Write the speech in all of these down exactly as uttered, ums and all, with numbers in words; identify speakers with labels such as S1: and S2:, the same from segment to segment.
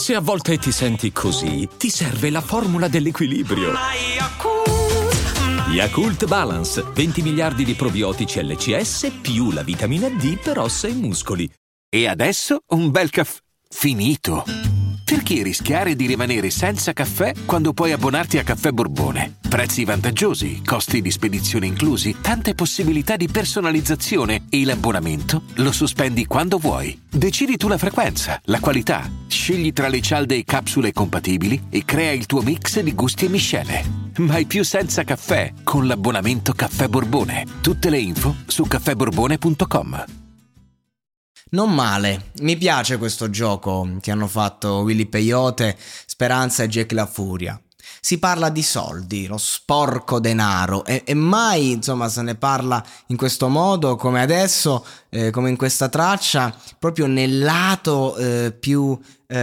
S1: Se a volte ti senti così, ti serve la formula dell'equilibrio. Yakult Balance, venti miliardi di probiotici L C S più la vitamina D per ossa e muscoli.
S2: E adesso un bel caffè finito. Perché rischiare di rimanere senza caffè quando puoi abbonarti a Caffè Borbone? Prezzi vantaggiosi, costi di spedizione inclusi, tante possibilità di personalizzazione e l'abbonamento lo sospendi quando vuoi. Decidi tu la frequenza, la qualità, scegli tra le cialde e capsule compatibili e crea il tuo mix di gusti e miscele. Mai più senza caffè con l'abbonamento Caffè Borbone. Tutte le info su caffè borbone punto com.
S3: Non male, mi piace questo gioco che hanno fatto Willy Peyote, Speranza e Jake La Furia. Si parla di soldi, lo sporco denaro, e, e mai insomma se ne parla in questo modo come adesso, eh, come in questa traccia, proprio nel lato eh, più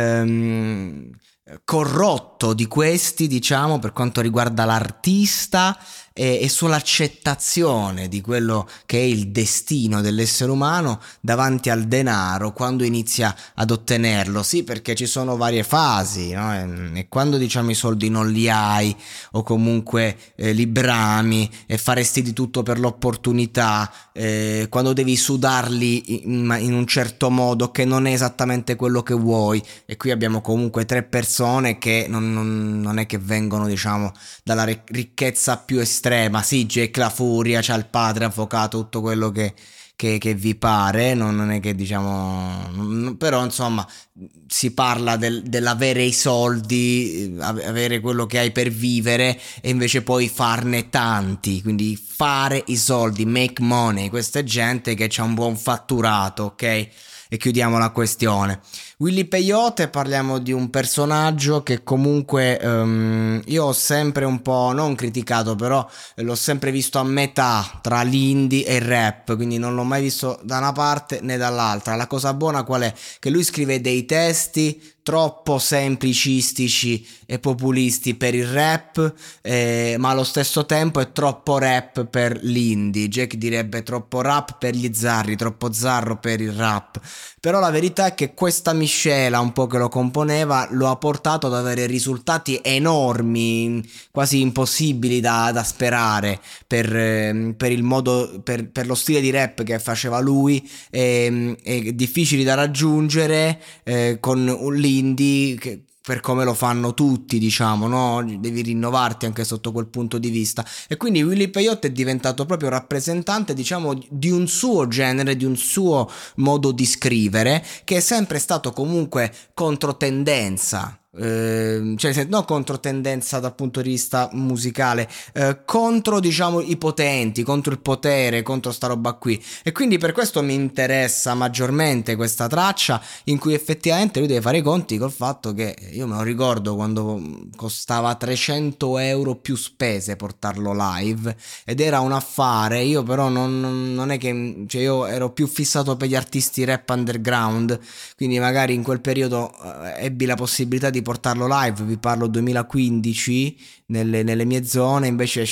S3: ehm, corrotto di questi, diciamo, per quanto riguarda l'artista e, e sull'accettazione di quello che è il destino dell'essere umano davanti al denaro quando inizia ad ottenerlo. Sì, perché ci sono varie fasi, no? E, e quando diciamo i soldi non li hai o comunque eh, li brami e faresti di tutto per l'opportunità, eh, quando devi sudarli in, in un certo modo che non è esattamente quello che vuoi, e qui abbiamo comunque tre persone che non, non, non è che vengono diciamo dalla ricchezza più estrema. Sì, Jake La Furia, c'ha il padre avvocato, tutto quello che, che, che vi pare, non, non è che diciamo non, però insomma si parla del, dell'avere i soldi, avere quello che hai per vivere e invece poi farne tanti, quindi fare i soldi, make money. Questa è gente che c'ha un buon fatturato, ok? E chiudiamo la questione. Willy Peyote, parliamo di un personaggio che comunque um, io ho sempre un po' non criticato, però l'ho sempre visto a metà tra l'indie e il rap, quindi non l'ho mai visto da una parte né dall'altra. La cosa buona qual è? Che lui scrive dei testi troppo semplicistici e populisti per il rap, eh, ma allo stesso tempo è troppo rap per l'indie. Jack direbbe troppo rap per gli zarri, troppo zarro per il rap. Però la verità è che questa miscela un po' che lo componeva lo ha portato ad avere risultati enormi, quasi impossibili da, da sperare per, eh, per il modo, per, per lo stile di rap che faceva lui, e, e difficili da raggiungere eh, con un l'indie che, per come lo fanno tutti, diciamo, no? Devi rinnovarti anche sotto quel punto di vista. E quindi Willy Peyote è diventato proprio rappresentante, diciamo, di un suo genere, di un suo modo di scrivere, che è sempre stato comunque controtendenza. Eh, cioè se, no controtendenza dal punto di vista musicale, eh, contro diciamo i potenti, contro il potere, contro sta roba qui, e quindi per questo mi interessa maggiormente questa traccia in cui effettivamente lui deve fare i conti col fatto che io me lo ricordo quando costava trecento euro più spese portarlo live ed era un affare. Io però non, non è che, cioè io ero più fissato per gli artisti rap underground, quindi magari in quel periodo eh, ebbi la possibilità di portarlo live, vi parlo duemilaquindici, nelle, nelle mie zone, invece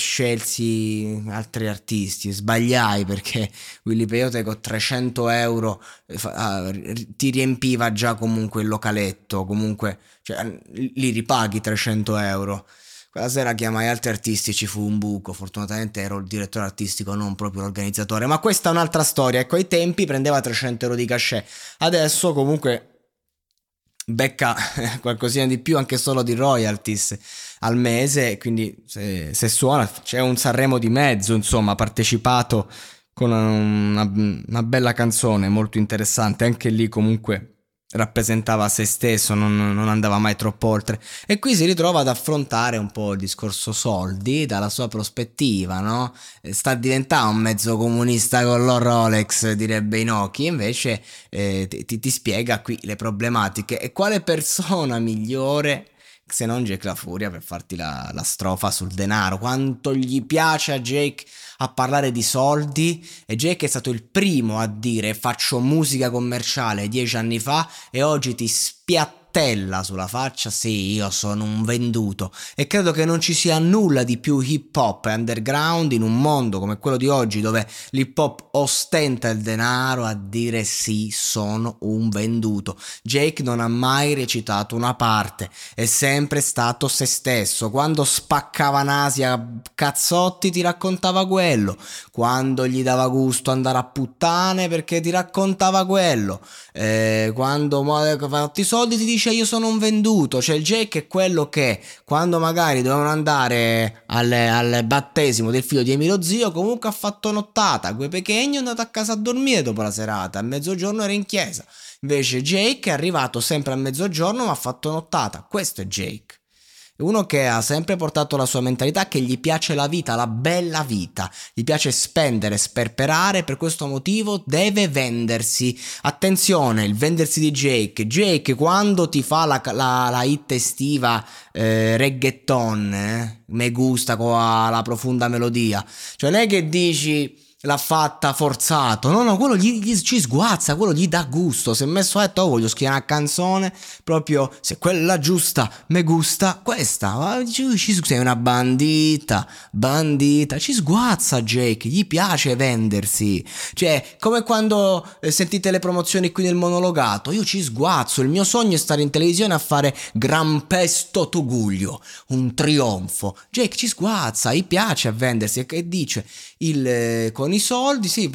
S3: scelsi altri artisti, sbagliai perché Willy Peyote con trecento euro uh, ti riempiva già comunque il localetto, comunque cioè, li ripaghi trecento euro. Quella sera chiamai altri artisti, ci fu un buco, fortunatamente ero il direttore artistico, non proprio l'organizzatore, ma questa è un'altra storia. Ecco, ai tempi prendeva trecento euro di cachet, adesso comunque becca qualcosina di più anche solo di royalties al mese, quindi se, se suona c'è un Sanremo di mezzo, insomma ha partecipato con una, una bella canzone molto interessante, anche lì comunque rappresentava se stesso, non, non andava mai troppo oltre, e qui si ritrova ad affrontare un po' il discorso soldi dalla sua prospettiva, no? Sta diventando un mezzo comunista con lo Rolex, direbbe Inoki, invece eh, ti, ti spiega qui le problematiche. E quale persona migliore se non Jake La Furia per farti la, la strofa sul denaro, quanto gli piace a Jake a parlare di soldi, e Jake è stato il primo a dire faccio musica commerciale dieci anni fa e oggi ti spiatto martella sulla faccia: sì, io sono un venduto. E credo che non ci sia nulla di più hip hop e underground in un mondo come quello di oggi, dove l'hip hop ostenta il denaro, a dire sì, sono un venduto. Jake non ha mai recitato una parte, è sempre stato se stesso. Quando spaccava nasi a cazzotti ti raccontava quello, quando gli dava gusto andare a puttane perché ti raccontava quello, eh, quando ha fatto i soldi ti dice io sono un venduto. Cioè il Jake è quello che quando magari dovevano andare al, al battesimo del figlio di Emilio Zio comunque ha fatto nottata, quei pechegno è andato a casa a dormire dopo la serata, a mezzogiorno era in chiesa. Invece Jake è arrivato sempre a mezzogiorno ma ha fatto nottata. Questo è Jake. Uno che ha sempre portato la sua mentalità, che gli piace la vita, la bella vita, gli piace spendere, sperperare, per questo motivo deve vendersi. Attenzione, il vendersi di Jake. Jake quando ti fa la, la, la hit estiva eh, reggaeton, eh, me gusta con la profonda melodia, cioè non è che dici l'ha fatta forzato, no no, quello gli, gli ci sguazza, quello gli dà gusto. Si è messo a detto oh, voglio scrivere una canzone proprio, se quella giusta me gusta questa, ci, ci, sei una bandita bandita, ci sguazza Jake, gli piace vendersi. Cioè come quando eh, sentite le promozioni qui nel monologato, io ci sguazzo, il mio sogno è stare in televisione a fare Gran Pesto Tuguglio, un trionfo. Jake ci sguazza, gli piace a vendersi e dice il eh, con i soldi, sì,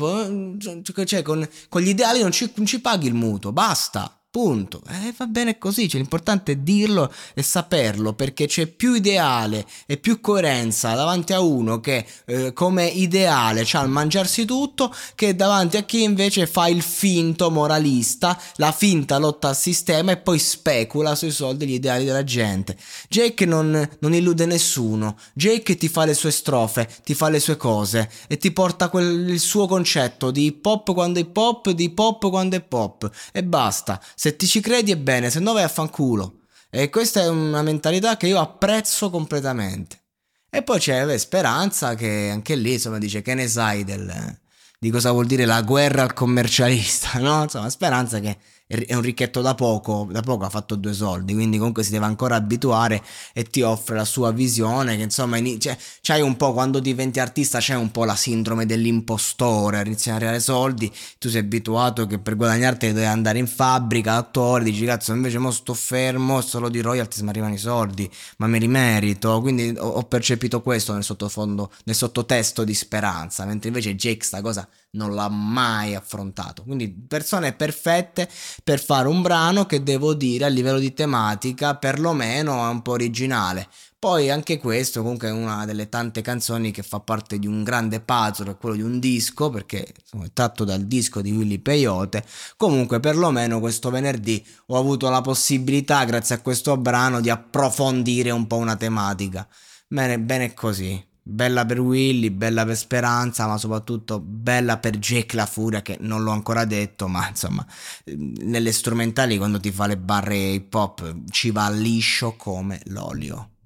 S3: cioè con, con gli ideali non ci, non ci paghi il mutuo, basta. Punto. Eh, va bene così, cioè, l'importante è dirlo e saperlo, perché c'è più ideale e più coerenza davanti a uno che eh, come ideale c'ha il mangiarsi tutto, che davanti a chi invece fa il finto moralista, la finta lotta al sistema e poi specula sui soldi e gli ideali della gente. Jake non, non illude nessuno. Jake ti fa le sue strofe, ti fa le sue cose e ti porta quel, il suo concetto di hip hop quando è hip hop, di pop quando è pop, e basta. Se ti ci credi è bene, se no vai a fanculo. E questa è una mentalità che io apprezzo completamente. E poi c'è beh, Speranza, che anche lì insomma dice che ne sai del, di cosa vuol dire la guerra al commercialista, no? Insomma, Speranza che è un ricchetto da poco, da poco ha fatto due soldi, quindi comunque si deve ancora abituare e ti offre la sua visione, che insomma cioè, c'hai un po', quando diventi artista c'è un po' la sindrome dell'impostore, inizi a arrivare soldi, tu sei abituato che per guadagnarti devi andare in fabbrica, attore, dici cazzo invece mo sto fermo, solo di royalties mi arrivano i soldi, ma me li merito, quindi ho, ho percepito questo nel sottofondo, nel sottotesto di Speranza, mentre invece Jake sta cosa non l'ha mai affrontato. Quindi persone perfette per fare un brano che, devo dire, a livello di tematica perlomeno è un po' originale. Poi anche questo comunque è una delle tante canzoni che fa parte di un grande puzzle, quello di un disco, perché insomma, è tratto dal disco di Willy Peyote. Comunque perlomeno questo venerdì ho avuto la possibilità, grazie a questo brano, di approfondire un po' una tematica. Bene, bene così. Bella per Willy, bella per Speranza, ma soprattutto bella per Jake La Furia, che non l'ho ancora detto, ma insomma nelle strumentali quando ti fa le barre hip hop ci va liscio come l'olio.